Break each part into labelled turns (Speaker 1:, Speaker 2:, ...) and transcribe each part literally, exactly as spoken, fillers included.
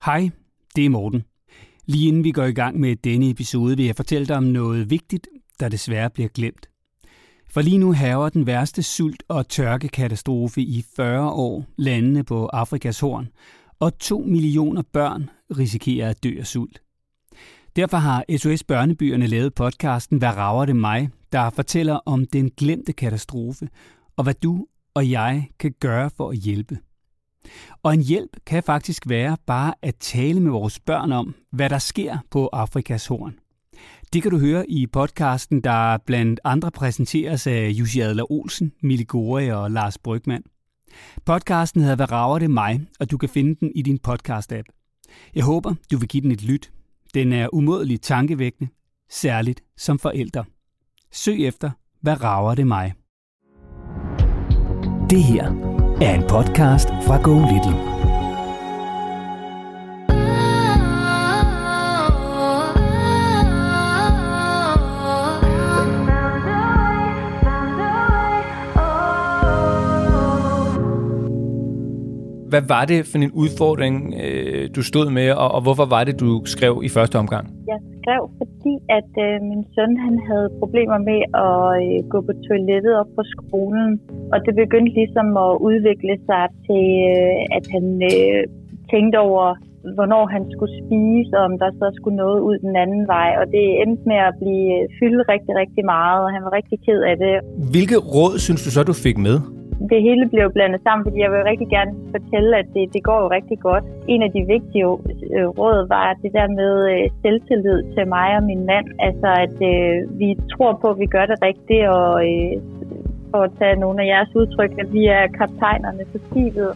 Speaker 1: Hej, det er Morten. Lige inden vi går i gang med denne episode, vil jeg fortælle dig om noget vigtigt, der desværre bliver glemt. For lige nu hærger den værste sult- og tørkekatastrofe i fyrre år landene på Afrikas Horn, og to millioner børn risikerer at dø af sult. Derfor har S O S Børnebyerne lavet podcasten Hvad rager det mig?, der fortæller om den glemte katastrofe, og hvad du og jeg kan gøre for at hjælpe. Og en hjælp kan faktisk være bare at tale med vores børn om, hvad der sker på Afrikas Horn. Det kan du høre i podcasten, der blandt andre præsenteres af Jussi Adler-Olsen, Mille Gore og Lars Brygmann. Podcasten hedder Hvad rager det mig?, og du kan finde den i din podcast-app. Jeg håber, du vil give den et lyt. Den er umådeligt tankevækkende, særligt som forældre. Søg efter Hvad rager det mig? Det her er en podcast fra Go Little.
Speaker 2: Hvad var det for en udfordring, du stod med, og hvorfor var det, du skrev i første omgang?
Speaker 3: Jeg skrev, fordi at øh, min søn han havde problemer med at øh, gå på toilettet op på skolen. Og det begyndte ligesom at udvikle sig til, øh, at han øh, tænkte over, hvornår han skulle spise, og om der så skulle noget ud den anden vej. Og det endte med at blive fyldt rigtig, rigtig meget, og han var rigtig ked af det.
Speaker 2: Hvilke råd synes du så, du fik med?
Speaker 3: Det hele blev blandet sammen, fordi jeg vil rigtig gerne fortælle, at det, det går jo rigtig godt. En af de vigtige råd var det der med selvtillid til mig og min mand. Altså, at øh, vi tror på, at vi gør det rigtigt, og øh, for at tage nogle af jeres udtryk, at vi er kaptajnerne på skibet.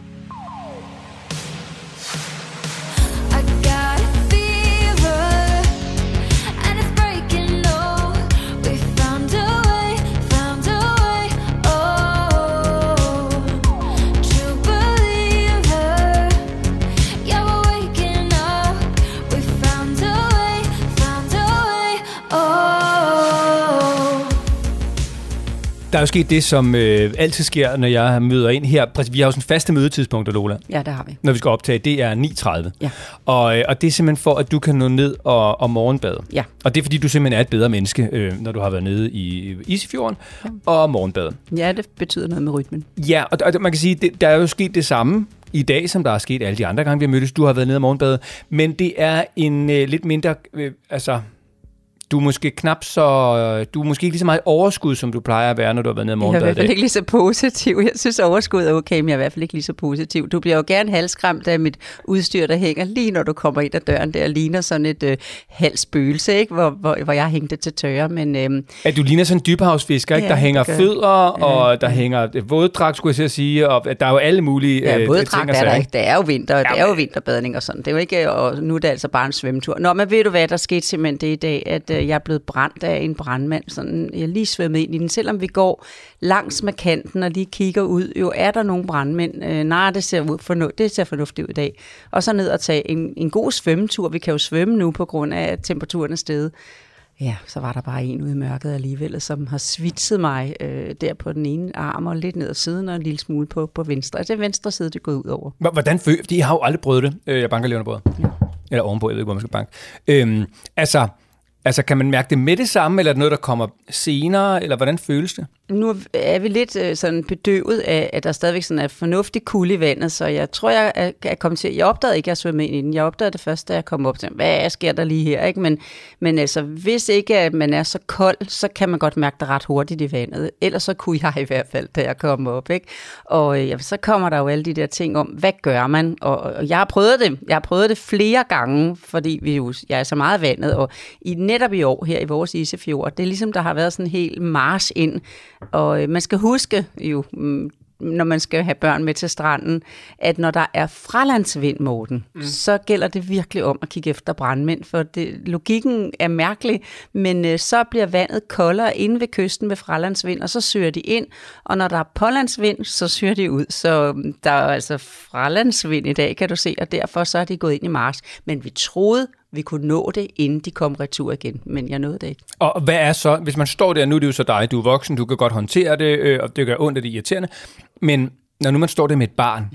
Speaker 2: Der er jo sket det, som øh, altid sker, når jeg møder ind her. Vi har jo sådan faste mødetidspunkter, Lola.
Speaker 4: Ja, det har vi.
Speaker 2: Når vi skal optage, det er ni tredive.
Speaker 4: Ja.
Speaker 2: Og, og det er simpelthen for, at du kan nå ned og, og morgenbade.
Speaker 4: Ja.
Speaker 2: Og det er, fordi du simpelthen er et bedre menneske, øh, når du har været nede i Isefjorden ja. og morgenbade.
Speaker 4: Ja, det betyder noget med rytmen.
Speaker 2: Ja, og, og man kan sige, det, der er jo sket det samme i dag, som der er sket alle de andre gange, vi har mødtes. Du har været nede og morgenbade. Men det er en øh, lidt mindre... Øh, altså... Du er måske knap så... Du er måske ikke lige så meget overskud, som du plejer at være, når du har været nede i morgenbad.
Speaker 4: Jeg er i hvert fald ikke lige så positiv. Jeg synes, overskud er okay, men jeg er i hvert fald ikke lige så positiv. Du bliver jo gerne halsskræmt af mit udstyr, der hænger lige når du kommer ind ad døren der. Ligner sådan et øh, halsspøgelse, ikke? Hvor, hvor, hvor jeg hængte til tørre. Men, øh,
Speaker 2: at du ligner sådan en dybhavsfisker, ikke? Ja, der hænger fødder, ja, og der ja. hænger våddragt, skulle jeg til at sige, og der er jo alle mulige
Speaker 4: ja,
Speaker 2: øh,
Speaker 4: våddragt er der ikke. Det er jo vinter,
Speaker 2: ja,
Speaker 4: det er jo vinterbadning og sådan. Det er jo ikke, og nu er det altså bare en svømmetur. Nå, men ved du hvad, der skete simpelthen det i dag, at øh, jeg er blevet brændt af en brandmand. Sådan, jeg er lige svømmet ind i den. Selvom vi går langs med kanten og lige kigger ud, jo er der nogle brandmænd. Øh, nej, det ser, ud fornu- det ser fornuftigt ud i dag. Og så ned og tage en, en god svømmetur. Vi kan jo svømme nu på grund af temperaturen er steget. Ja, så var der bare en ude i mørket alligevel, som har svitset mig øh, der på den ene arm og lidt ned ad siden og en lille smule på, på venstre. Altså det venstre side, det går ud over.
Speaker 2: Hvordan føler de? har jo aldrig prøvet det. Jeg banker lige under bordet. Ja. Eller ovenpå, jeg ved ikke, hvor man skal banke. Øhm, altså... Altså, kan man mærke det med det samme, eller er det noget, der kommer senere, eller hvordan føles det?
Speaker 4: Nu er vi lidt øh, sådan bedøvet af, at der stadigvæk sådan er fornuftig kulde i vandet, så jeg tror, jeg er, er kommet til... Jeg opdagede ikke, at jeg svømmede ind i den. Jeg opdagede det først, da jeg kom op til, hvad sker der lige her? Ikke? Men, men altså, hvis ikke at man er så kold, så kan man godt mærke det ret hurtigt i vandet. Ellers så kunne jeg i hvert fald, da jeg kom op. Ikke? Og øh, så kommer der jo alle de der ting om, hvad gør man? Og, og jeg har prøvet det. Jeg har prøvet det flere gange, fordi vi jo, jeg er så meget vandet, og i netop i år her i vores Isefjord, det er ligesom, der har været sådan en hel march ind, og øh, man skal huske jo, mm, når man skal have børn med til stranden, at når der er fralandsvind, Morten, mm. så gælder det virkelig om at kigge efter brandmænd, for det, logikken er mærkelig, men øh, så bliver vandet koldere inde ved kysten ved fralandsvind, og så søger de ind, og når der er pålandsvind, så søger de ud. Så der er altså fralandsvind i dag, kan du se, og derfor så er de gået ind i march. Men vi troede, vi kunne nå det, inden de kom retur igen, men jeg nåede det ikke.
Speaker 2: Og hvad er så, hvis man står der, nu er det jo så dig, du er voksen, du kan godt håndtere det, øh, og det gør ondt, og det er irriterende, men når nu man står der med et barn, mm.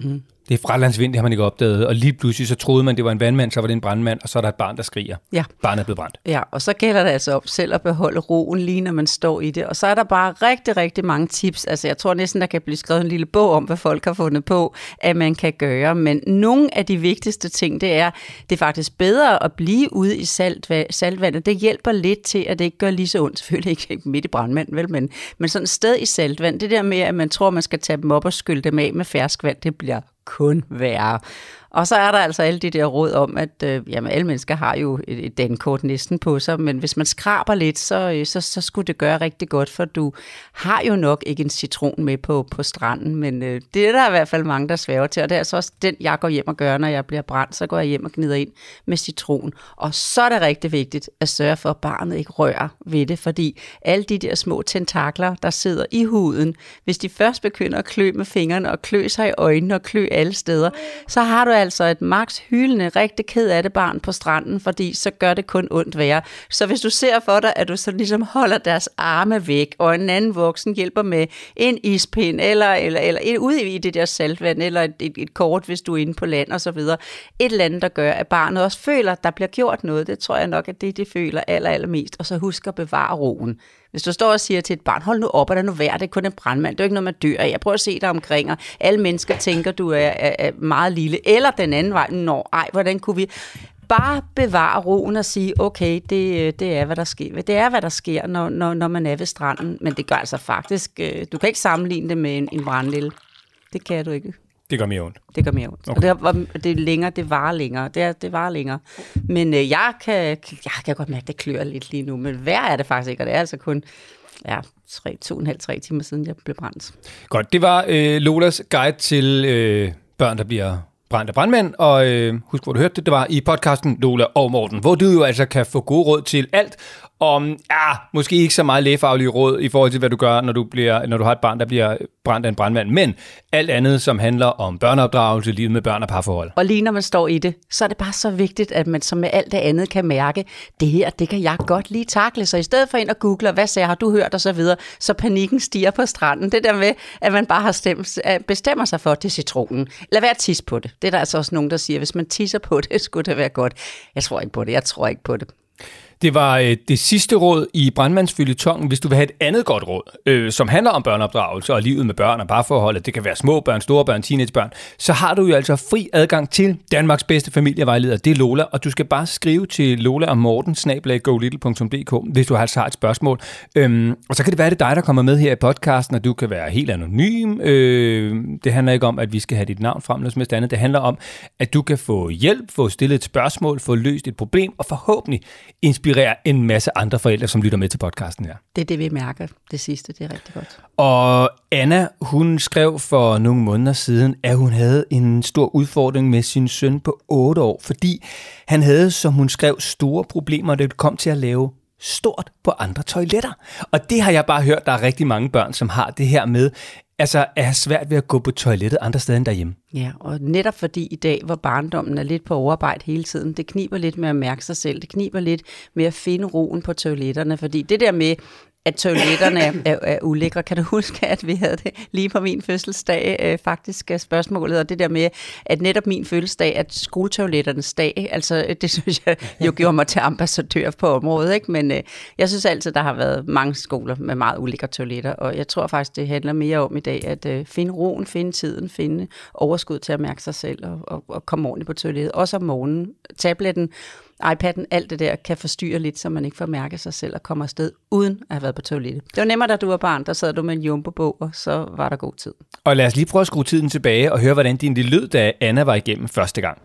Speaker 2: Det er fralandsvind, det har man ikke opdaget, og lige pludselig så troede man, det var en vandmand, så var det en brandmand, og så er der et barn, der skriger.
Speaker 4: Ja.
Speaker 2: Barnet er blevet brændt.
Speaker 4: Ja, og så gælder det altså om selv at beholde roen, lige når man står i det. Og så er der bare rigtig, rigtig mange tips. Altså, jeg tror næsten, der kan blive skrevet en lille bog om, hvad folk har fundet på, at man kan gøre. Men nogle af de vigtigste ting, det er, det er faktisk bedre at blive ude i saltva- saltvandet. Det hjælper lidt til, at det ikke gør lige så ondt. Selvfølgelig ikke midt i brandmanden, vel, men, men sådan et sted i saltvand. Det der med, at man tror, man skal tage dem op og skylle dem af med ferskvand, det bliver kun værre. Og så er der altså alle de der råd om, at øh, jamen, alle mennesker har jo et, et dankort næsten på sig, men hvis man skraber lidt, så, øh, så, så skulle det gøre rigtig godt, for du har jo nok ikke en citron med på, på stranden, men øh, det er der i hvert fald mange, der sværger til, og det er altså også den, jeg går hjem og gør, når jeg bliver brændt, så går jeg hjem og gnider ind med citron. Og så er det rigtig vigtigt at sørge for, at barnet ikke rører ved det, fordi alle de der små tentakler, der sidder i huden, hvis de først begynder at klø med fingrene og klø sig i øjnene og klø alle steder, så har du altså et max hylende, rigtig ked af det barn på stranden, fordi så gør det kun ondt værre. Så hvis du ser for dig, at du så ligesom holder deres arme væk, og en anden voksen hjælper med en ispind, eller, eller, eller ude i det der saltvand, eller et, et, et kort, hvis du er inde på land, og så videre. Et eller andet, der gør, at barnet også føler, at der bliver gjort noget. Det tror jeg nok, at det, de føler aller, allermest. Og så husk at bevare roen. Hvis du står og siger til et barn, hold nu op, og der nu værd, det er kun en brandmand, det er ikke noget, man dør af. Jeg prøver at se dig omkring, og alle mennesker tænker, du er, er, er meget lille. Eller den anden vej, nå, ej, hvordan kunne vi... Bare bevare roen og sige, okay, det, det er, hvad der sker. Det er, hvad der sker, når, når, når man er ved stranden. Men det gør altså faktisk... Du kan ikke sammenligne det med en, en brandlille. Det kan du ikke.
Speaker 2: Det gør mere ondt.
Speaker 4: Det gør mere ondt. Okay. Og det, det er længere, det varer længere. Det, er, det varer længere. Men øh, jeg, kan, jeg kan godt mærke, at det klør lidt lige nu. Men værre er det faktisk ikke, og det er altså kun ja, tre, to og en halv, tre timer siden, jeg blev brændt.
Speaker 2: Godt, det var øh, Lolas guide til øh, børn, der bliver brændt af brandmænd. Og øh, husk, hvor du hørte det, det var i podcasten Lola og Morten, hvor du jo altså kan få gode råd til alt. Om, ja, måske ikke så meget lægefaglige råd i forhold til, hvad du gør, når du, bliver, når du har et barn, der bliver brændt af en brandmand, men alt andet, som handler om børneopdragelse, livet med børn og parforhold.
Speaker 4: Og lige når man står i det, så er det bare så vigtigt, at man som med alt det andet kan mærke, det her, det kan jeg godt lige takle. Så i stedet for ind og google, hvad sagde, har du hørt og så videre, så panikken stiger på stranden. Det der med, at man bare har stemt, bestemmer sig for, det citronen. Lad være at tisse på det. Det er der altså også nogen, der siger, hvis man tisser på det, skulle det være godt. Jeg tror ikke på det, jeg tror ikke på det.
Speaker 2: Det var øh, det sidste råd i Brandmandsføljetongen. Hvis du vil have et andet godt råd, øh, som handler om børneopdragelse og livet med børn og parforholdet, det kan være små børn, store børn, teenagebørn, så har du jo altså fri adgang til Danmarks bedste familievejleder, det er Lola, og du skal bare skrive til Lola og Morten, snabel-a go little punktum d k, hvis du altså har et spørgsmål. Øhm, og så kan det være, det er dig, der kommer med her i podcasten, og du kan være helt anonym. Øh, det handler ikke om, at vi skal have dit navn frem, noget som helst andet. Det handler om, at du kan få hjælp, få stillet et spørgsmål, få løst et problem, og forhåbentlig inspirere en masse andre forældre, som lytter med til podcasten her.
Speaker 4: Det er det, vi mærker. Det sidste, det er rigtig godt.
Speaker 2: Og Anna, hun skrev for nogle måneder siden, at hun havde en stor udfordring med sin søn på otte år, fordi han havde, som hun skrev, store problemer, da det kom til at lave stort på andre toiletter. Og det har jeg bare hørt, der er rigtig mange børn, som har det her med, altså er svært ved at gå på toilettet andre steder end derhjemme.
Speaker 4: Ja, og netop fordi i dag, hvor barndommen er lidt på overarbejde hele tiden, det kniber lidt med at mærke sig selv, det kniber lidt med at finde roen på toiletterne, fordi det der med, at toiletterne er, er, er ulækre. Kan du huske, at vi havde det lige på min fødselsdag, øh, faktisk spørgsmålet, og det der med, at netop min fødselsdag, at skoletoiletternes dag, altså det synes jeg jo gjorde mig til ambassadør på området, ikke? Men øh, jeg synes altid, der har været mange skoler med meget ulækre toiletter, og jeg tror faktisk, det handler mere om i dag, at øh, finde roen, finde tiden, finde overskud til at mærke sig selv, og, og, og komme ordentligt på toilettet, også om morgenen. Tabletten, iPad'en, alt det der kan forstyrre lidt, så man ikke får mærke sig selv og kommer afsted uden at have været på toilettet. Det var nemmere, da du var barn, der sad du med en jumbo-bog, og så var der god tid.
Speaker 2: Og lad os lige prøve at skrue tiden tilbage og høre, hvordan din lille lød, da Anna var igennem første gang.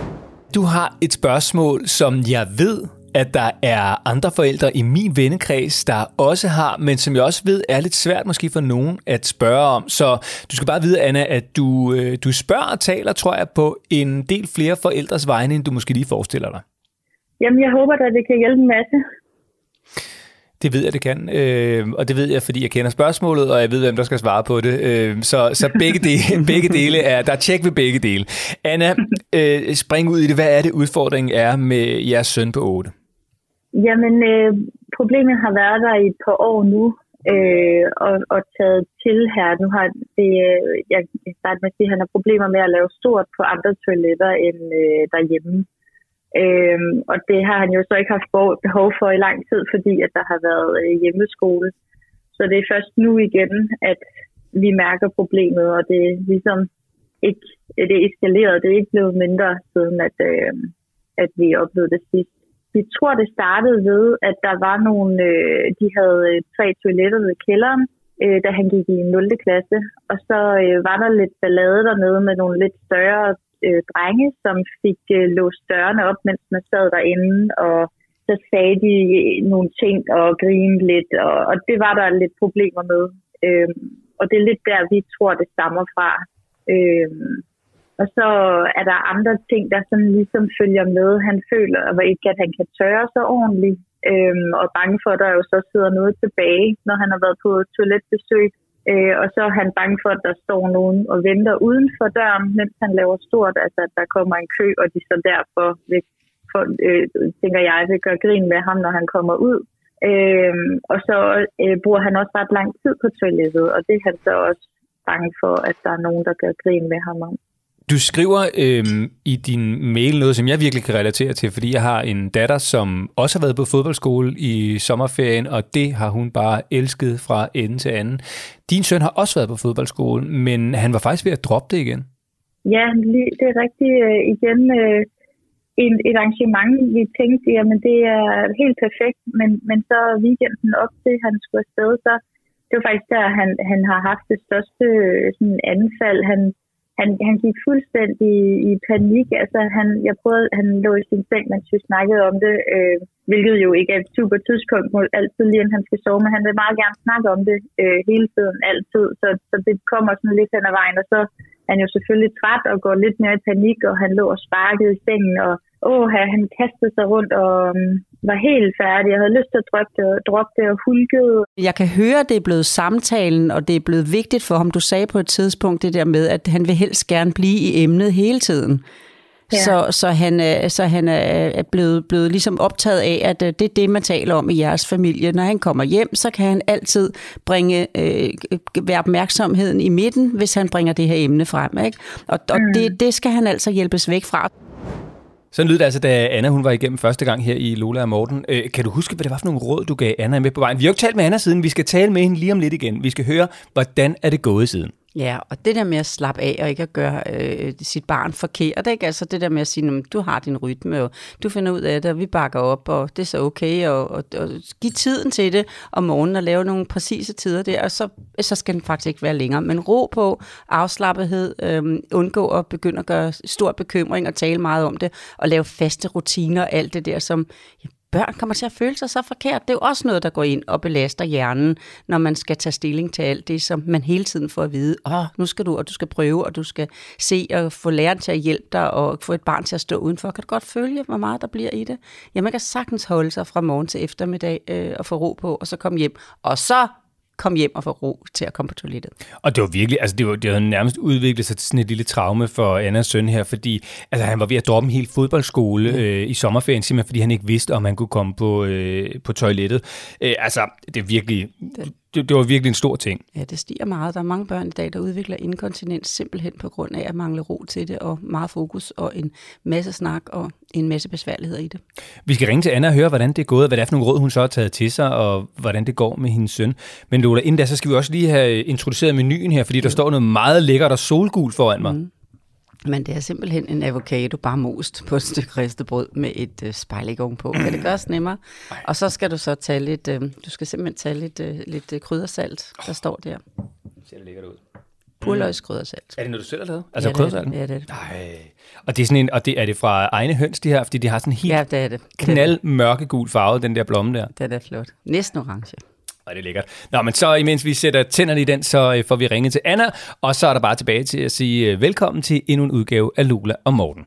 Speaker 2: Du har et spørgsmål, som jeg ved, at der er andre forældre i min vennekreds, der også har, men som jeg også ved er lidt svært måske for nogen at spørge om. Så du skal bare vide, Anna, at du, du spørger og taler, tror jeg, på en del flere forældres vegne, end du måske lige forestiller dig.
Speaker 3: Jamen, jeg håber, at det kan hjælpe en masse.
Speaker 2: Det ved jeg, det kan. Øh, og det ved jeg, fordi jeg kender spørgsmålet, og jeg ved, hvem der skal svare på det. Øh, så så begge, dele, begge dele er... Der er tjek ved begge dele. Anna, øh, spring ud i det. Hvad er det, udfordringen er med jeres søn på otte?
Speaker 3: Jamen, øh, problemet har været der i et par år nu. øh, og, og taget til her. Nu har det, jeg starter med at sige, at han har problemer med at lave stort på andre toiletter end øh, derhjemme. Øh, og det har han jo så ikke haft behov for i lang tid, fordi at der har været øh, hjemmeskole. Så det er først nu igen, at vi mærker problemet, og det er ligesom ikke, det er eskaleret. Det er ikke blevet mindre, siden at, øh, at vi oplevede det sidst. Vi tror, det startede ved, at der var nogle, øh, de havde tre toiletter ved kælderen, øh, da han gik i nul klasse. Og så øh, var der lidt ballade dernede med nogle lidt større øh, drenge, som fik øh, låst dørene op, mens man sad derinde, og så sagde de nogle ting og grinede lidt, og, og det var der lidt problemer med. Øh, og det er lidt der, vi tror, det stammer fra. Øh, Og så er der andre ting, der sådan ligesom følger med. Han føler ikke, at han kan tørre sig ordentligt, øhm, og er bange for, at der jo så sidder noget tilbage, når han har været på toiletbesøg. Øh, og så er han bange for, at der står nogen og venter uden for døren, mens han laver stort, altså at der kommer en kø, og de så derfor vil, for, øh, tænker jeg, vil gøre grin med ham, når han kommer ud. Øh, og så øh, bruger han også ret lang tid på toilettet, og det er han så også bange for, at der er nogen, der gør grin med ham om.
Speaker 2: Du skriver øhm, i din mail noget, som jeg virkelig kan relatere til, fordi jeg har en datter, som også har været på fodboldskole i sommerferien, og det har hun bare elsket fra ende til anden. Din søn har også været på fodboldskole, men han var faktisk ved at droppe det igen.
Speaker 3: Ja, det er rigtigt. Igen et, et arrangement, vi tænkte, jamen det er helt perfekt, men, men så weekenden op til, han skulle afsted, så det var faktisk der, han, han har haft det største sådan, anfald. Han Han, han gik fuldstændig i panik. Altså, han, jeg prøvede, han lå i sin seng, mens vi snakkede om det, øh, hvilket jo ikke er et super tidspunkt, altid lige inden han skal sove, men han vil meget gerne snakke om det øh, hele tiden, altid. Så, så det kommer sådan lidt hen ad vejen, og så er han jo selvfølgelig træt og går lidt mere i panik, og han lå og sparkede i sengen, og åh, han kastede sig rundt og um, var helt færdig. Jeg havde lyst til at droppe det, droppe det og hulkede.
Speaker 4: Jeg kan høre, at det er blevet samtalen, og det er blevet vigtigt for ham. Du sagde på et tidspunkt det der med, at han vil helst gerne blive i emnet hele tiden. Ja. Så, så han, så han er blevet, blevet ligesom optaget af, at det er det, man taler om i jeres familie. Når han kommer hjem, så kan han altid bringe, øh, være opmærksomheden i midten, hvis han bringer det her emne frem. Ikke? Og, og mm. det, det skal han altså hjælpes væk fra.
Speaker 2: Sådan lød det altså, da Anna hun var igennem første gang her i Lola og Morten. Øh, kan du huske, hvad det var for nogle råd, du gav Anna med på vejen? Vi har jo ikke talt med Anna siden. Vi skal tale med hende lige om lidt igen. Vi skal høre, hvordan er det gået siden.
Speaker 4: Ja, og det der med at slappe af og ikke at gøre øh, sit barn forkert, ikke? Altså det der med at sige, du har din rytme, og du finder ud af det, og vi bakker op, og det er så okay, og, og, og give tiden til det om morgenen og lave nogle præcise tider der, og så, så skal den faktisk ikke være længere. Men ro på, afslappethed, øh, undgå at begynde at gøre stor bekymring og tale meget om det, og lave faste rutiner og alt det der, som ja, børn kommer til at føle sig så forkert. Det er jo også noget, der går ind og belaster hjernen, når man skal tage stilling til alt det, som man hele tiden får at vide. Åh, nu skal du, og du skal prøve, og du skal se og få læreren til at hjælpe dig, og få et barn til at stå udenfor. Kan du godt følge, hvor meget der bliver i det? Ja, man kan sagtens holde sig fra morgen til eftermiddag øh, og få ro på, og så komme hjem. Og så kom hjem og få ro til at komme på toilettet. Og
Speaker 2: det var virkelig, altså det var, det havde nærmest udviklet sig til sådan et lille traume for Annas søn her, fordi altså, han var ved at droppe en hel fodboldskole ja. øh, i sommerferien, simpelthen fordi han ikke vidste, om han kunne komme på, øh, på toilettet. Øh, altså, det er virkelig... Det. Det, det var virkelig en stor ting. Ja, det stiger meget. Der er mange børn i dag, der udvikler inkontinens simpelthen på grund af at mangle ro til det, og meget fokus og en masse snak og en masse besværligheder i det. Vi skal ringe til Anna og høre, hvordan det er gået, og hvad det er for nogle råd, hun så har taget til sig, og hvordan det går med hendes søn. Men Lola, inden da, så skal vi også lige have introduceret menuen her, fordi der står noget meget lækkert og solgul foran mig. Mm. Men det er simpelthen en avocado bare most på et stykke ristet brød med et øh, spejlæg ovenpå. Kan det gøres nemmere? Ej. Og så skal du så tage lidt, øh, du skal simpelthen tage lidt, øh, lidt øh, kryddersalt, der oh. står der. Det ser det lækkert ud. Purløgskryddersalt. Er det noget, du selv har lavet? Altså ja, kryddersalten? Ja, det er det. Nej. Og det er sådan en, og det er det fra egne høns, de her, fordi de har sådan en helt ja, det er det. knald mørkegul farve, den der blomme der. Det er flot. Næsten orange. Og det er lækkert. Nå, men så imens vi sætter tænderne i den, så får vi ringet til Anna, og så er der bare tilbage til at sige velkommen til endnu en udgave af Lola og Morten.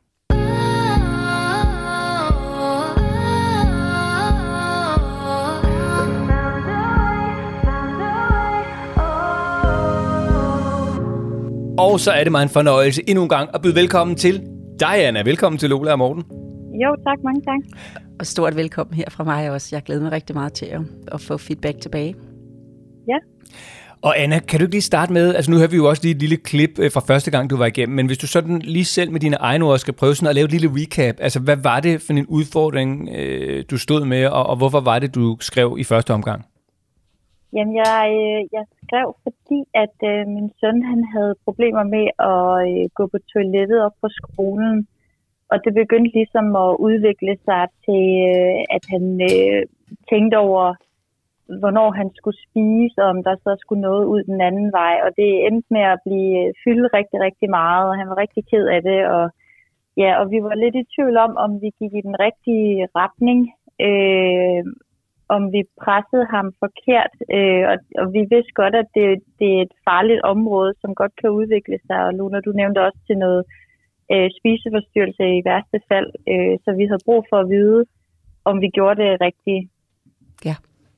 Speaker 2: Og så er det mig en fornøjelse endnu en gang at byde velkommen til dig, Anna. Velkommen til Lola og Morten.
Speaker 3: Jo, tak. Mange tak.
Speaker 4: Og stort velkommen her fra mig også. Jeg glæder mig rigtig meget til at, at få feedback tilbage.
Speaker 3: ja.
Speaker 2: Og Anna, kan du ikke lige starte med, altså nu har vi jo også lige et lille klip fra første gang, du var igennem, men hvis du sådan lige selv med dine egne ord skal prøve sådan at lave et lille recap, altså hvad var det for en udfordring, øh, du stod med, og, og hvorfor var det, du skrev i første omgang?
Speaker 3: Jamen, jeg, jeg skrev, fordi at øh, min søn, han havde problemer med at øh, gå på toilettet op på skolen, og det begyndte ligesom at udvikle sig til, øh, at han øh, tænkte over, hvornår han skulle spise, og om der så skulle noget ud den anden vej. Og det endte med at blive fyldt rigtig, rigtig meget, og han var rigtig ked af det. Og, ja, og vi var lidt i tvivl om, om vi gik i den rigtige retning, øh, om vi pressede ham forkert. Øh, og, og vi vidste godt, at det, det er et farligt område, som godt kan udvikle sig. Og Luna, du nævnte også til noget øh, spiseforstyrrelse i værste fald. Øh, så vi havde brug for at vide, om vi gjorde det rigtigt.
Speaker 4: Ja.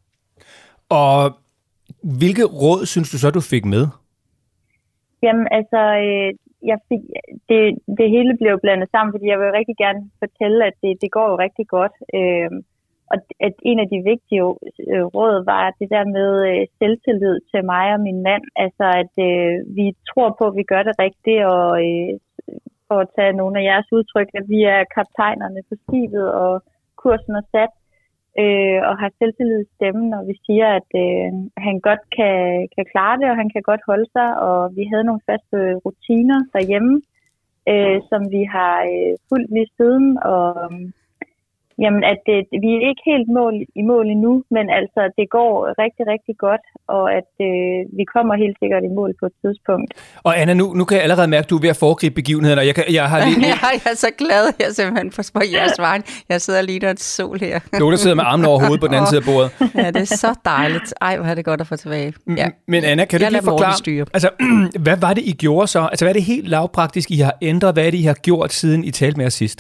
Speaker 2: Og hvilke råd synes du så, du fik med?
Speaker 3: Jamen altså, øh, jeg fik, det, det hele blev blandet sammen, fordi jeg vil rigtig gerne fortælle, at det, det går jo rigtig godt. Øh, og at en af de vigtige øh, råd var det der med øh, selvtillid til mig og min mand. Altså at øh, vi tror på, at vi gør det rigtigt, og øh, for at tage nogle af jeres udtryk, at vi er kaptajnerne på skibet, og kursen er sat. Øh, og har selvtillid i stemmen, og vi siger, at øh, han godt kan, kan klare det, og han kan godt holde sig, og vi havde nogle faste rutiner derhjemme, øh, som vi har øh, fulgt lige siden, og jamen, at det, vi er ikke helt mål, i mål endnu, men altså, det går rigtig, rigtig godt, og at øh, vi kommer helt sikkert i mål på et tidspunkt.
Speaker 2: Og Anna, nu, nu kan jeg allerede mærke, at du er ved at foregribe begivenheden, og jeg, kan, jeg har lige...
Speaker 4: jeg er så glad, jeg er simpelthen på jeres vejen. Jeg sidder lige der et sol her.
Speaker 2: Jo, der sidder med armen over hovedet på den anden side af bordet.
Speaker 4: Ja, det er så dejligt. Ej, hvor er det godt at få tilbage. Ja.
Speaker 2: Men Anna, kan du lige forklare, altså, hvad var det, I gjorde så? Altså, hvad er det helt lavpraktisk, I har ændret? Hvad er det, I har gjort, siden I talte med os sidst?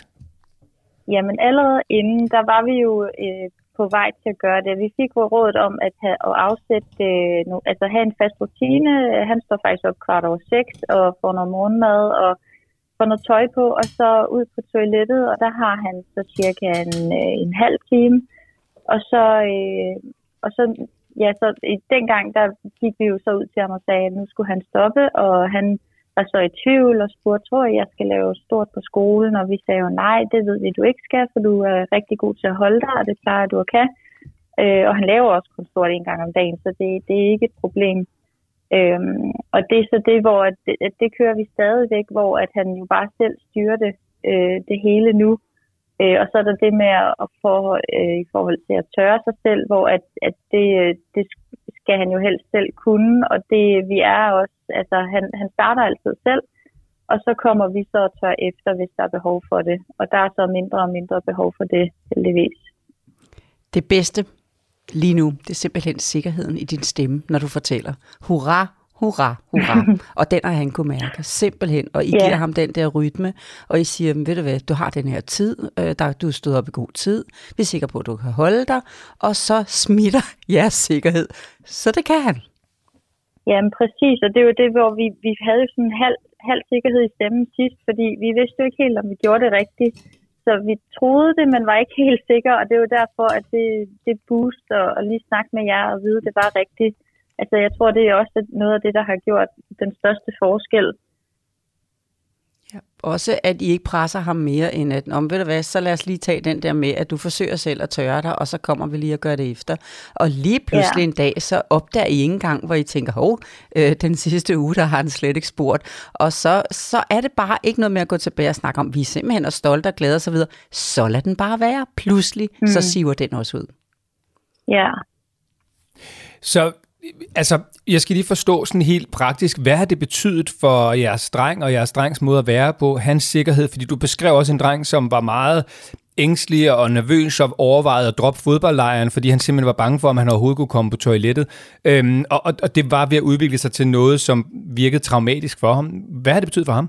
Speaker 3: Jamen allerede inden, der var vi jo øh, på vej til at gøre det. Vi fik jo rådet om at, have, at afsætte, øh, no, altså have en fast rutine. Han står faktisk op kvart over seks og får noget morgenmad og får noget tøj på, og så ud på toilettet, og der har han så cirka en, øh, en halv time. Og så, øh, og så, ja, så i dengang, der gik vi jo så ud til ham og sagde, at nu skulle han stoppe, og han var så i tvivl og spurgte, tror jeg, jeg skal lave stort på skolen? Og vi sagde jo, nej, det ved vi, du ikke skal, for du er rigtig god til at holde dig, og det plejer du at kan. Øh, og han laver også kun stort en gang om dagen, så det, det er ikke et problem. Øhm, og det er så det, hvor at det, at det kører vi stadigvæk, hvor at han jo bare selv styrer det, øh, det hele nu. Øh, og så er der det med at få, øh, i forhold til at tørre sig selv, hvor at, at det, det skal han jo helst selv kunne, og det vi er også, altså han, han starter altid selv, og så kommer vi så at tørre efter, hvis der er behov for det. Og der er så mindre og mindre behov for det, heldigvis.
Speaker 4: Det bedste lige nu, det er simpelthen sikkerheden i din stemme, når du fortæller. Hurra, hurra, hurra. Og den har han kunne mærke, simpelthen. Og I yeah. giver ham den der rytme, og I siger, ved du hvad, du har den her tid, øh, der, du stod op i god tid, vi er sikre på, at du kan holde dig, og så smitter jeres sikkerhed. Så det kan han.
Speaker 3: Jamen præcis, og det er jo det, hvor vi, vi havde jo sådan en halv, halv sikkerhed i stemmen sidst, fordi vi vidste jo ikke helt, om vi gjorde det rigtigt. Så vi troede det, men var ikke helt sikre, og det er jo derfor, at det, det boost og, og lige snakke med jer og vide, det var rigtigt. Altså jeg tror, det er også noget af det, der har gjort den største forskel.
Speaker 4: Ja, også at I ikke presser ham mere end at, om ved du hvad, så lad os lige tage den der med, at du forsøger selv at tørre dig, og så kommer vi lige og gør det efter. Og lige pludselig ja. en dag, så opdager I ikke engang, hvor I tænker, hov, øh, den sidste uge, der har han slet ikke spurgt. Og så, så er det bare ikke noget med at gå tilbage og snakke om, vi er simpelthen er stolte og glade og så videre. Så lad den bare være. Pludselig, mm. så siver den også ud.
Speaker 3: Ja.
Speaker 2: Så altså, jeg skal lige forstå sådan helt praktisk, hvad har det betydet for jeres dreng og jeres drengs måde at være på, hans sikkerhed? Fordi du beskrev også en dreng, som var meget ængstelig og nervøs og overvejede at droppe fodboldlejren, fordi han simpelthen var bange for, om han overhovedet kunne komme på toilettet. Øhm, og, og det var ved at udvikle sig til noget, som virkede traumatisk for ham. Hvad har det betydet for ham?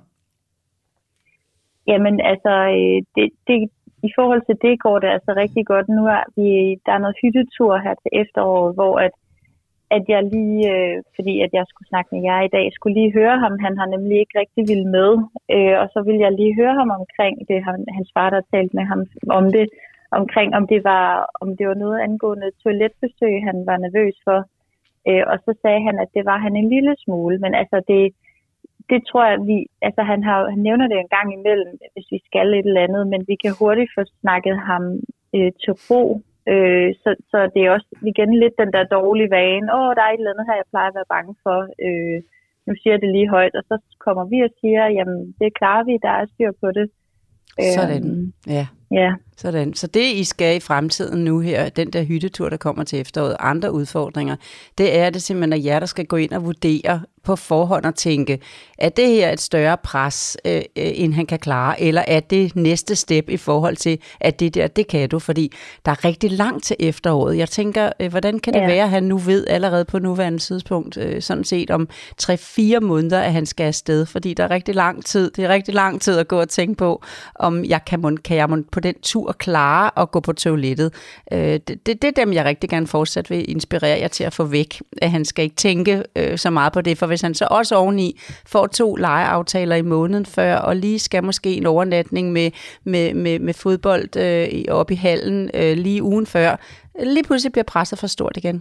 Speaker 3: Jamen, altså, det, det, i forhold til det går det altså rigtig godt. Nu er vi, der er noget hyttetur her til efteråret, hvor at at jeg lige, øh, fordi at jeg skulle snakke med jer i dag, skulle lige høre ham. Han har nemlig ikke rigtig ville med. Øh, og så ville jeg lige høre ham omkring det, han, hans far, der talt med ham om det, omkring om det var, om det var noget angående toiletbesøg, han var nervøs for. Øh, og så sagde han, at det var han en lille smule, men altså det, det tror jeg, vi, altså han, har, han nævner det en gang imellem, hvis vi skal et eller andet, men vi kan hurtigt få snakket ham øh, til ro. Øh, så, så det er også igen lidt den der dårlige vane. Åh, der er et eller andet her, jeg plejer at være bange for. Øh, nu siger jeg det lige højt, og så kommer vi og siger, jamen det klarer vi, der er styr på det.
Speaker 4: Sådan, ja.
Speaker 3: Ja.
Speaker 4: Sådan. Så det, I skal i fremtiden nu her, den der hyttetur, der kommer til efteråret, andre udfordringer, det er det simpelthen, at jer, der skal gå ind og vurdere på forhånd og tænke, er det her et større pres, øh, end han kan klare, eller er det næste step i forhold til, at det der, det kan du, fordi der er rigtig langt til efteråret. Jeg tænker, øh, hvordan kan det ja. være, at han nu ved allerede på nuværende tidspunkt, øh, sådan set om tre-fire måneder, at han skal afsted, fordi der er rigtig lang tid, det er rigtig lang tid at gå og tænke på, om jeg kan, kan jeg på den tur klare at gå på toilettet. Øh, det, det, det er dem, jeg rigtig gerne fortsat vil inspirere jer til at få væk, at han skal ikke tænke øh, så meget på det, for hvis han så også oveni får to legeaftaler i måneden før, og lige skal måske en overnatning med, med, med, med fodbold øh, op i hallen øh, lige ugen før, lige pludselig bliver presset for stort igen.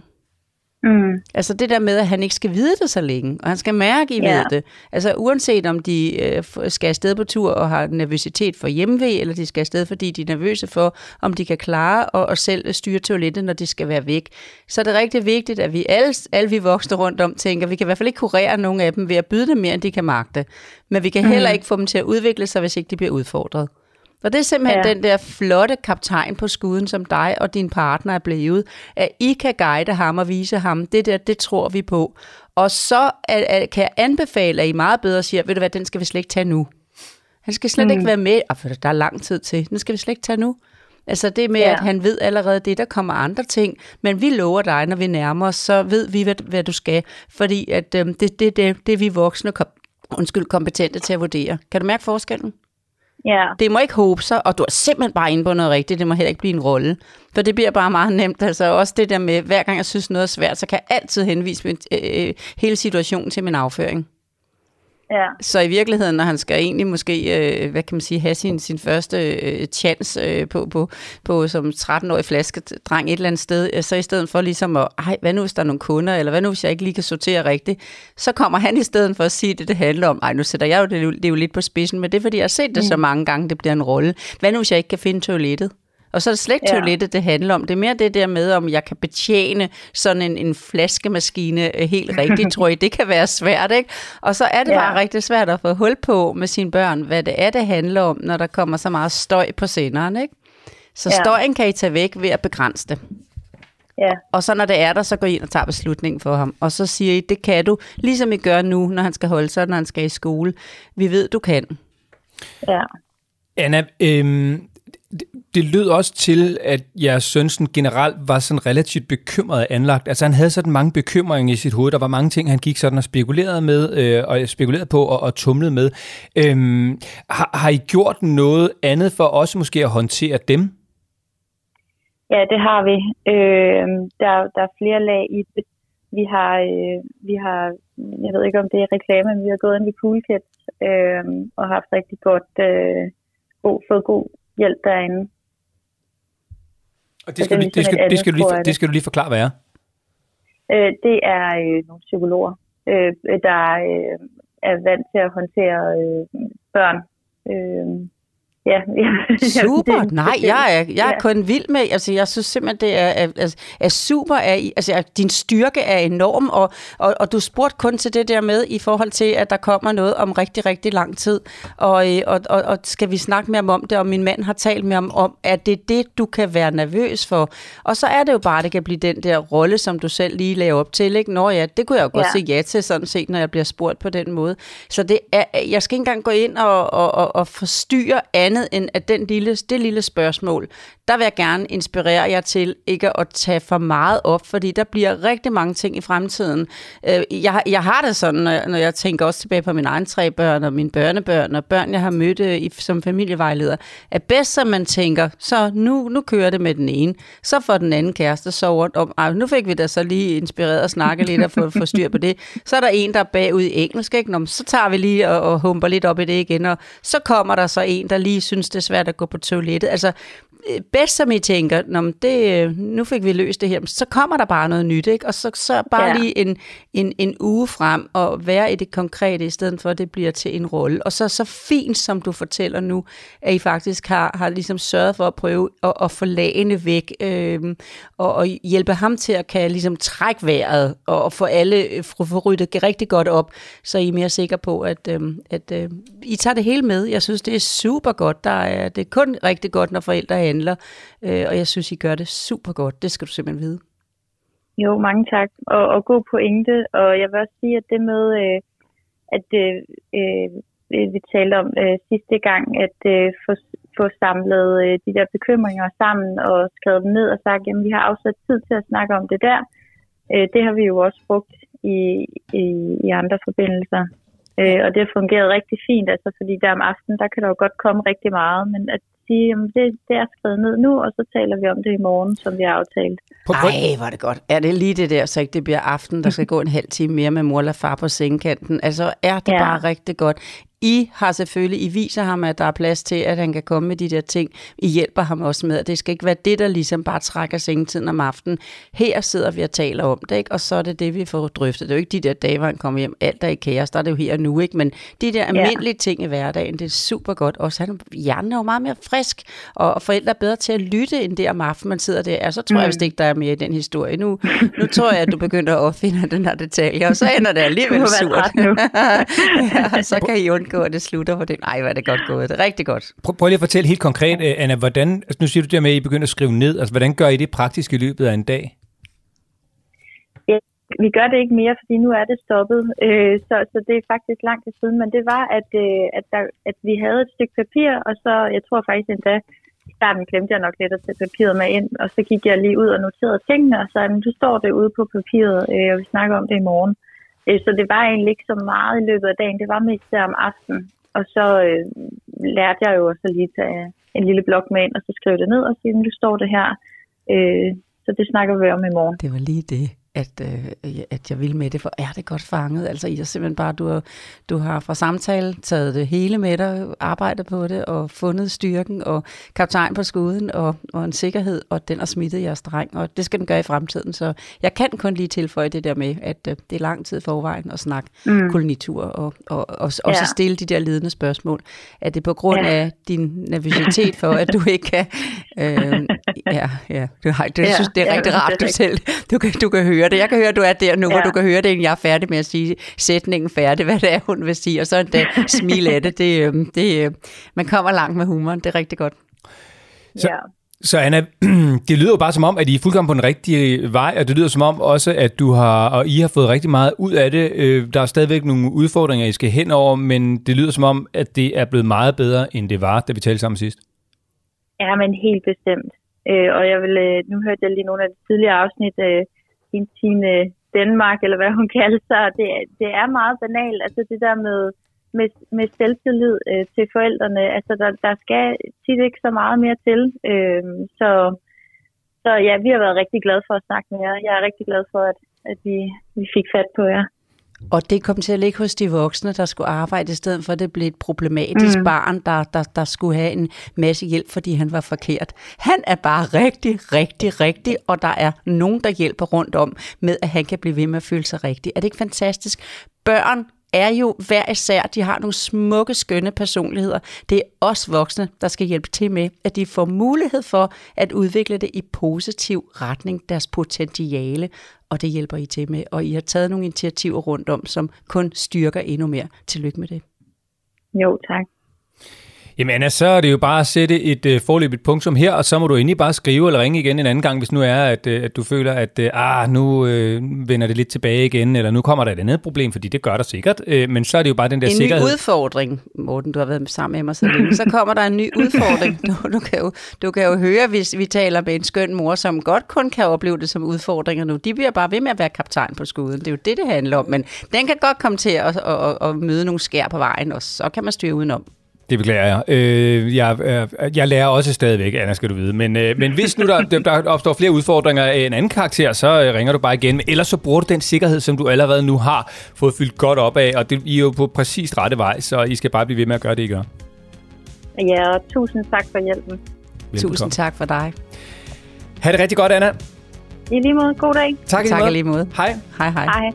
Speaker 4: Mm. Altså det der med, at han ikke skal vide det så længe, og han skal mærke, I yeah. ved det. Altså uanset om de øh, skal afsted på tur og har nervøsitet for hjemve, eller de skal afsted, fordi de er nervøse for, om de kan klare og, og selv styre toilettet, når de skal være væk. Så er det rigtig vigtigt, at vi alle, alle vi voksne rundt om tænker, vi kan i hvert fald ikke kurere nogen af dem ved at byde dem mere, end de kan magte. Men vi kan mm. heller ikke få dem til at udvikle sig, hvis ikke de bliver udfordret. Og det er simpelthen ja. den der flotte kaptajn på skuden, som dig og din partner er blevet, at I kan guide ham og vise ham, det der, det tror vi på. Og så er, er, kan jeg anbefale, at I meget bedre siger, ved du hvad, den skal vi slet ikke tage nu. Han skal slet mm. ikke være med, og der er lang tid til, den skal vi slet ikke tage nu. Altså det med, ja. at han ved allerede det, der kommer andre ting, men vi lover dig, når vi nærmer os, så ved vi, hvad, hvad du skal, fordi at, øhm, det, det, det, det er vi voksne kom, undskyld, kompetente til at vurdere. Kan du mærke forskellen?
Speaker 3: Ja.
Speaker 4: Det må ikke håbe sig, og du er simpelthen bare inde på noget rigtigt. Det må heller ikke blive en rolle. For det bliver bare meget nemt. Altså også det der med, hver gang jeg synes noget er svært, så kan jeg altid henvise min, øh, hele situationen til min afføring. Ja. Så i virkeligheden, når han skal egentlig måske, øh, hvad kan man sige, have sin, sin første øh, chance øh, på, på, på som tretten-årig flaskedreng et eller andet sted, øh, så i stedet for ligesom at, ej, hvad nu hvis der er nogle kunder, eller hvad nu hvis jeg ikke lige kan sortere rigtigt, så kommer han i stedet for at sige det, det handler om. Ej, nu sætter jeg jo det, det er jo lidt på spidsen, men det er fordi, jeg har set det mm. så mange gange, det bliver en rolle. Hvad nu hvis jeg ikke kan finde toilettet? Og så er det slet ikke toilettet, det handler om. Det er mere det der med, om jeg kan betjene sådan en, en flaskemaskine helt rigtigt, tror jeg. Det kan være svært, ikke? Og så er det ja. bare rigtig svært at få hul på med sine børn, hvad det er, det handler om, når der kommer så meget støj på senderen, ikke? Så ja. støjen kan I tage væk ved at begrænse det. Ja. Og så når det er der, så går I ind og tager beslutningen for ham. Og så siger I, det kan du, ligesom I gør nu, når han skal holde sig, når han skal i skole. Vi ved, du kan.
Speaker 3: Ja.
Speaker 2: Anna, øhm Det, det lød også til, at jeres søn sådan generelt var sådan relativt bekymret anlagt. Altså han havde sådan mange bekymringer i sit hoved. Der var mange ting, han gik sådan og spekulerede med, øh, og spekulerede på og, og tumlede med. Øhm, har, har I gjort noget andet for også måske at håndtere dem?
Speaker 3: Ja, det har vi. Øh, der, der er flere lag i det. Vi har, øh, vi har, jeg ved ikke om det er reklame, men vi har gået ind i Pool Kids øh, og haft rigtig godt, øh, god, fået god hjælp derinde.
Speaker 2: Og det skal, det, det, skal, det, skal du lige, det skal du lige forklare, hvad er?
Speaker 3: Øh, det er øh, nogle psykologer, øh, der øh, er vant til at håndtere øh, børn. Øh, Ja, ja.
Speaker 4: Super.
Speaker 3: Det,
Speaker 4: Nej, jeg er, jeg er ja. kun vild med, altså jeg synes simpelthen, det er, er, er super, er, altså din styrke er enorm, og, og, og du spurgte kun til det der med, i forhold til, at der kommer noget om rigtig, rigtig lang tid, og, og, og, og skal vi snakke med ham om det, og min mand har talt med ham om, at det er det, du kan være nervøs for, og så er det jo bare, det kan blive den der rolle, som du selv lige laver op til, ikke? Nå ja, det kunne jeg jo godt ja. sige ja til, sådan set, når jeg bliver spurgt på den måde, så det er, jeg skal ikke engang gå ind og, og, og, og forstyrre andet, end at den lille, det lille spørgsmål, der vil jeg gerne inspirere jer til ikke at tage for meget op, fordi der bliver rigtig mange ting i fremtiden. Jeg, jeg har det sådan, når jeg tænker også tilbage på mine egne tre børn, og mine børnebørn, og børn, jeg har mødt i, som familievejleder, at bedst, som man tænker, så nu, nu kører det med den ene, så får den anden kæreste sovet om, ej, nu fik vi da så lige inspireret at snakke lidt og få, få styr på det. Så er der en, der er bagud i engelsk, ikke? Nå, så tager vi lige og, og humper lidt op i det igen, og så kommer der så en, der lige synes, det er svært at gå på toilettet. Altså, bedst som I tænker, Nå, det, nu fik vi løst det her, så kommer der bare noget nyt, ikke? Og så, så bare ja. lige en, en, en uge frem og være i det konkrete, i stedet for at det bliver til en rolle. Og så så fint, som du fortæller nu, at I faktisk har, har ligesom sørget for at prøve at, at få lagene væk, øh, og, og hjælpe ham til at kan ligesom trække vejret, og, og få alle få ryddet rigtig godt op, så I er mere sikre på, at, øh, at øh, I tager det hele med. Jeg synes, det er super godt. Der er, det er kun rigtig godt, når forældre handler, øh, og jeg synes, I gør det super godt. Det skal du simpelthen vide.
Speaker 3: Jo, mange tak. Og, og god pointe. Og jeg vil også sige, at det med, øh, at øh, vi talte om øh, sidste gang, at øh, få, få samlet øh, de der bekymringer sammen og skrevet dem ned og sagt, at vi har afsat tid til at snakke om det der. Øh, det har vi jo også brugt i, i, i andre forbindelser. Øh, og det har fungeret rigtig fint, altså, fordi der om aftenen, der kan der jo godt komme rigtig meget, men at sige, jamen, det, det er skrevet ned nu, og så taler vi om det i morgen, som vi har aftalt.
Speaker 4: Ej, hvor er det godt. Er det lige det der, så ikke det bliver aften, der skal gå en halv time mere med mor eller far på sengekanten? Altså, er det ja. bare rigtig godt. I har selvfølgelig, I viser ham, at der er plads til, at han kan komme med de der ting. I hjælper ham også med, at det skal ikke være det, der ligesom bare trækker sengetiden om aftenen. Her sidder vi og taler om det, ikke? Og så er det det, vi får drøftet. Det er jo ikke de der dage, hvor han kommer hjem, alt er i kaos, der er det jo her og nu, ikke? Men de der almindelige ja. ting i hverdagen, det er super godt. Også han, hjernen er jo meget mere frisk, og forældre er bedre til at lytte, end det om aftenen, man sidder der. Og så tror mm. jeg vist ikke, der er mere i den historie. Nu, nu tror jeg, at du begynder at opfinde den her detalje, og så ender det alligevel surt. Ja, så kan I undgå, at det slutter på det. Nej, hvor er det godt gået. Det er rigtig godt.
Speaker 2: Prøv, prøv lige at fortælle helt konkret, Anna, hvordan, altså nu siger du det med, at I begynder at skrive ned. Altså, hvordan gør I det praktisk i løbet af en dag?
Speaker 3: Ja, vi gør det ikke mere, fordi nu er det stoppet. Øh, så, så det er faktisk lang tid siden. Men det var, at, øh, at, der, at vi havde et stykke papir, og så, jeg tror faktisk endda, i starten glemte jeg nok lidt at tage papiret med ind, og så gik jeg lige ud og noterede tingene, og så nu står det ude på papiret, øh, og vi snakker om det i morgen. Så det var egentlig ikke så meget i løbet af dagen. Det var mest der om aftenen. Og så øh, lærte jeg jo også lige tage en lille blok med ind, og så skrev det ned og sige, nu står det her. Øh, så det snakker vi om i morgen.
Speaker 4: Det var lige det, at, øh, at jeg ville med det, for er det godt fanget. Altså I har simpelthen bare, du har, du har fra samtale taget det hele med dig, arbejdet på det, og fundet styrken, og kaptajn på skuden, og, og en sikkerhed, og den har smittet jeres dreng, og det skal den gøre i fremtiden. Så jeg kan kun lige tilføje det der med, at øh, det er lang tid forvejen at snakke mm. kolonitur, og, og, og også ja. stille de der ledende spørgsmål. Er det på grund ja. af din nervøsitet for, at du ikke kan... Øh, ja, ja, du har, det, ja. synes, det er ja, rigtig rart, du selv, du kan, du kan høre det. Jeg kan høre, at du er der nu, ja. hvor du kan høre det, inden jeg er færdig med at sige sætningen færdig, hvad det er, hun vil sige, og så endda smile af det. det, det man kommer langt med humoren, det er rigtig godt.
Speaker 2: Så,
Speaker 3: ja.
Speaker 2: så Anna, det lyder jo bare som om, at I er fuldkommen på den rigtige vej, og det lyder som om også, at du har, og I har fået rigtig meget ud af det. Der er stadigvæk nogle udfordringer, I skal hen over, men det lyder som om, at det er blevet meget bedre, end det var, da vi talte sammen sidst.
Speaker 3: Ja, men helt bestemt. Og jeg vil, nu hørte jeg lige nogle af de tidligere afsnit, Tine Danmark, eller hvad hun kalder sig. Det, det er meget banalt, altså det der med, med, med selvtillid øh, til forældrene. Altså der, der skal tit ikke så meget mere til. Øh, så, så ja, vi har været rigtig glade for at snakke med jer. Jeg er rigtig glad for, at, at vi, vi fik fat på jer.
Speaker 4: Og det kom til at ligge hos de voksne, der skulle arbejde, i stedet for at det blev et problematisk mm. barn, der, der, der skulle have en masse hjælp, fordi han var forkert. Han er bare rigtig, rigtig, rigtig, og der er nogen, der hjælper rundt om med, at han kan blive ved med at føle sig rigtig. Er det ikke fantastisk? Børn er jo hver især, de har nogle smukke, skønne personligheder. Det er os voksne, der skal hjælpe til med, at de får mulighed for at udvikle det i positiv retning, deres potentiale, og det hjælper I til med. Og I har taget nogle initiativer rundt om, som kun styrker endnu mere. Tillykke med det.
Speaker 3: Jo, tak.
Speaker 2: Jamen Anna, så er det jo bare at sætte et øh, forløbigt punktum her, og så må du endelig bare skrive eller ringe igen en anden gang, hvis nu er, at, øh, at du føler, at øh, ah, nu øh, vender det lidt tilbage igen, eller nu kommer der et andet problem, fordi det gør der sikkert, øh, men så er det jo bare den der
Speaker 4: en
Speaker 2: sikkerhed.
Speaker 4: En ny udfordring, Morten, du har været sammen med mig så længe, så kommer der en ny udfordring. Du, du, kan jo, du kan jo høre, hvis vi taler med en skøn mor, som godt kun kan opleve det som udfordringer nu. De bliver bare ved med at være kaptajn på skuden. Det er jo det, det handler om, men den kan godt komme til at, at, at, at møde nogle skær på vejen, og så kan man styre udenom.
Speaker 2: Det beklager jeg. Øh, jeg, øh, jeg lærer også stadigvæk, Anna, skal du vide. Men, øh, men hvis nu der, der opstår flere udfordringer af en anden karakter, så øh, ringer du bare igen. Ellers så bruger du den sikkerhed, som du allerede nu har fået fyldt godt op af, og det, I er jo på præcis rette vej, så I skal bare blive ved med at gøre det, I gør.
Speaker 3: Ja, og tusind tak for hjælpen.
Speaker 4: Tusind tak for dig.
Speaker 2: Ha' det rigtig godt, Anna.
Speaker 3: I lige måde. God dag.
Speaker 2: Tak,
Speaker 4: tak i lige måde.
Speaker 2: Hej.
Speaker 4: Hej, hej.
Speaker 3: Hej.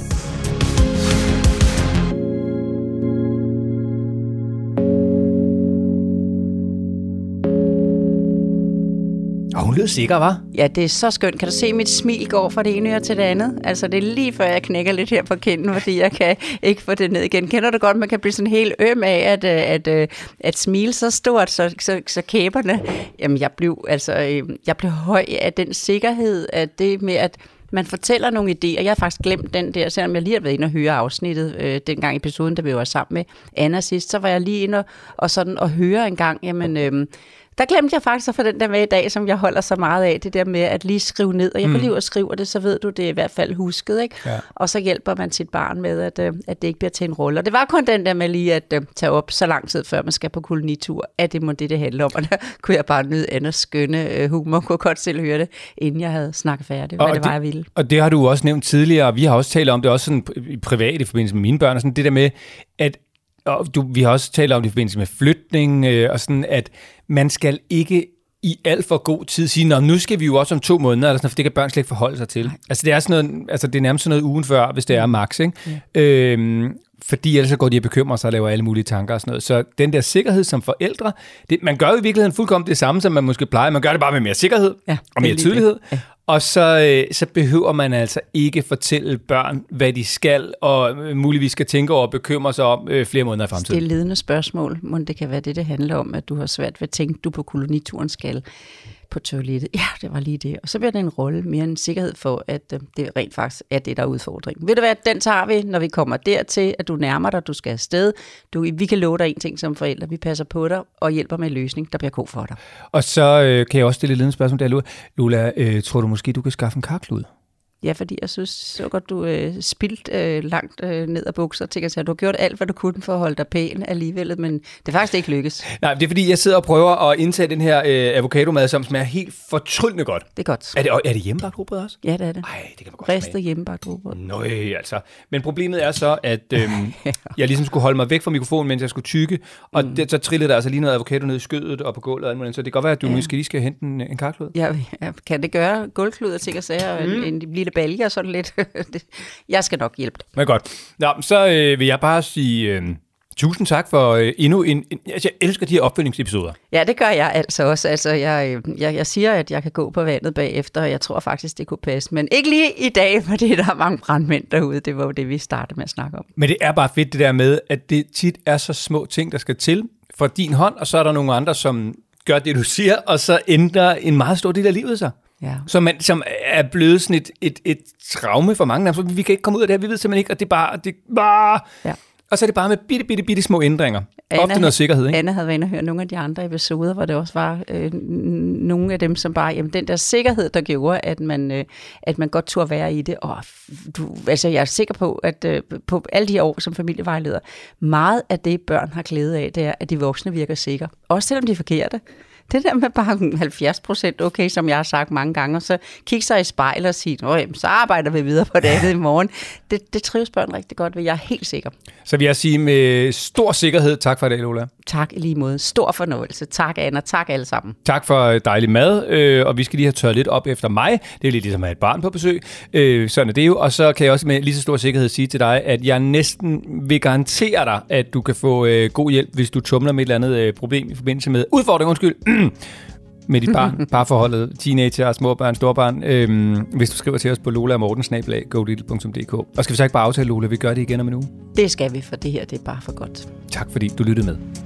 Speaker 2: Og hun lød sikker, hva'?
Speaker 4: Ja, det er så skønt. Kan du se, mit smil går fra det ene øre til det andet? Altså, det er lige før, jeg knækker lidt her på kinden, fordi jeg kan ikke få det ned igen. Kender du godt, man kan blive sådan helt øm af at, at, at, at smile så stort, så, så, så kæberne... Jamen, jeg blev, altså, jeg blev høj af den sikkerhed, at det med, at man fortæller nogle idéer. Jeg har faktisk glemt den der, selvom jeg lige har været inde og høre afsnittet øh, dengang episoden, da vi var sammen med Anna sidst, så var jeg lige inde og, og, sådan, og høre en gang, jamen... Øh, Der glemte jeg faktisk at få den der med i dag, som jeg holder så meget af, det der med at lige skrive ned. Og jeg kan lige at skrive det, så ved du, det er i hvert fald husket, ikke? Ja. Og så hjælper man sit barn med, at, at det ikke bliver til en rolle. Og det var kun den der med lige at uh, tage op så lang tid, før man skal på kolonitur, at det må det, det handler om. Og der kunne jeg bare nyde Annas skønne uh, humor, kunne godt selv høre det, inden jeg havde snakket færdigt, hvad og det var, jeg ville.
Speaker 2: Og det har du også nævnt tidligere, og vi har også talt om det også sådan privat i forbindelse med mine børn, og sådan det der med, at og du, vi har også talt om det i forbindelse med flytning, øh, og sådan, at man skal ikke i alt for god tid sige, nå, nu skal vi jo også om to måneder, eller sådan, for det kan børn slet ikke forholde sig til. Nej. Altså, det er sådan noget, altså, det er nærmest sådan noget ugen før, hvis det er max, ikke? Ja. Øhm, fordi ellers så går de og bekymrer sig og laver alle mulige tanker og sådan noget. Så den der sikkerhed som forældre, det, man gør jo i virkeligheden fuldkommen det samme, som man måske plejer. Man gør det bare med mere sikkerhed
Speaker 4: ja,
Speaker 2: og mere tydelighed. Ja. Og så, så behøver man altså ikke fortælle børn, hvad de skal, og muligvis skal tænke over og bekymre sig om øh, flere måneder i fremtiden.
Speaker 4: Det er ledende spørgsmål, men det kan være det, det handler om, at du har svært ved at tænke, du på kolonituren skal på toilettet. Ja, det var lige det. Og så bliver det en rolle, mere en sikkerhed for, at øh, det rent faktisk er det, der er udfordringen. Ved du hvad, den tager vi, når vi kommer dertil, at du nærmer dig, du skal afsted. Du, vi kan love dig en ting som forældre. Vi passer på dig og hjælper med en løsning, der bliver god for dig.
Speaker 2: Og så øh, kan jeg også stille et ledende spørgsmål der, Lola. Øh, tror du måske, du kan skaffe en karklud?
Speaker 4: Ja, fordi jeg synes så godt, du øh, spildt øh, langt øh, ned ad bukser. Tænker jeg, du har gjort alt, hvad du kunne for at holde dig pæn alligevel, men det er faktisk ikke lykkes. Nej,
Speaker 2: det er fordi, jeg sidder og prøver at indtage den her øh, avocadomad, som smager helt fortryllende godt.
Speaker 4: Det er godt.
Speaker 2: Er det, er det hjemmebagt rugbrød også?
Speaker 4: Ja, det er det.
Speaker 2: Ej, det kan man godt
Speaker 4: Ristet smage. Hjemmebagt rugbrød.
Speaker 2: Nøj, altså. Men problemet er så, at øh, ja. jeg ligesom skulle holde mig væk fra mikrofonen, mens jeg skulle tykke, og mm. det, så trillede der altså lige noget avocado ned i skødet og på gulvet. Og så det kan godt være, at du ja. måske lige skal hente en, en karklud.
Speaker 4: Ja, ja, kan det gøre gulvkluder til at sige, og mm. en, en lille balje og sådan lidt. Jeg skal nok hjælpe dig.
Speaker 2: Men godt. Nå, så øh, vil jeg bare sige øh, tusind tak for øh, endnu en, en... Altså, jeg elsker de her opfølgningsepisoder.
Speaker 4: Ja, det gør jeg altså også. Altså, jeg, jeg, jeg siger, at jeg kan gå på vandet bagefter, og jeg tror faktisk, det kunne passe. Men ikke lige i dag, fordi der er mange brandmænd derude. Det var jo det, vi startede med at snakke om.
Speaker 2: Men det er bare fedt det der med, at det tit er så små ting, der skal til fra din hånd, og så er der nogle andre, som gør det, du siger, og så ændrer en meget stor del af livet sig. Ja. Som, man, som er blevet sådan et, et, et traume for mange. Altså, vi kan ikke komme ud af det her, vi ved simpelthen ikke, og det er bare... Det, bare ja. Og så er det bare med bitte, bitte, bitte små ændringer. Anna, ofte noget sikkerhed, ikke?
Speaker 4: Anna havde været inde og høre nogle af de andre episoder, hvor det også var øh, nogle af dem, som bare... Jamen, den der sikkerhed, der gjorde, at man, øh, at man godt turde være i det. Og du, altså, jeg er sikker på, at øh, på alle de år som familievejleder, meget af det, børn har glæde af, det er, at de voksne virker sikre. Også selvom de er forkerte. Det der med bare halvfjerds procent okay, som jeg har sagt mange gange, og så kigge sig i spejlet og sige, så arbejder vi videre på det andet i morgen. Det, det trives børn rigtig godt ved, jeg er helt sikker.
Speaker 2: Så vil jeg sige med stor sikkerhed, tak for det, Lola.
Speaker 4: Tak i lige måde. Stor fornøjelse. Tak, Anna. Tak alle sammen.
Speaker 2: Tak for dejlig mad, øh, og vi skal lige have tørret lidt op efter mig. Det er lidt ligesom at have et barn på besøg. Øh, sådan er det jo. Og så kan jeg også med lige så stor sikkerhed sige til dig, at jeg næsten vil garantere dig, at du kan få øh, god hjælp, hvis du tumler med et eller andet øh, problem i forbindelse med udfordring, undskyld, med dit barn, parforholdet, teenager, småbørn, storbørn, øhm, hvis du skriver til os på lola morten snabel-a go diddle punktum d k. Og skal vi så ikke bare aftale, Lola, vi gør det igen om en uge?
Speaker 4: Det skal vi, for det her det er bare for godt.
Speaker 2: Tak fordi du lyttede med.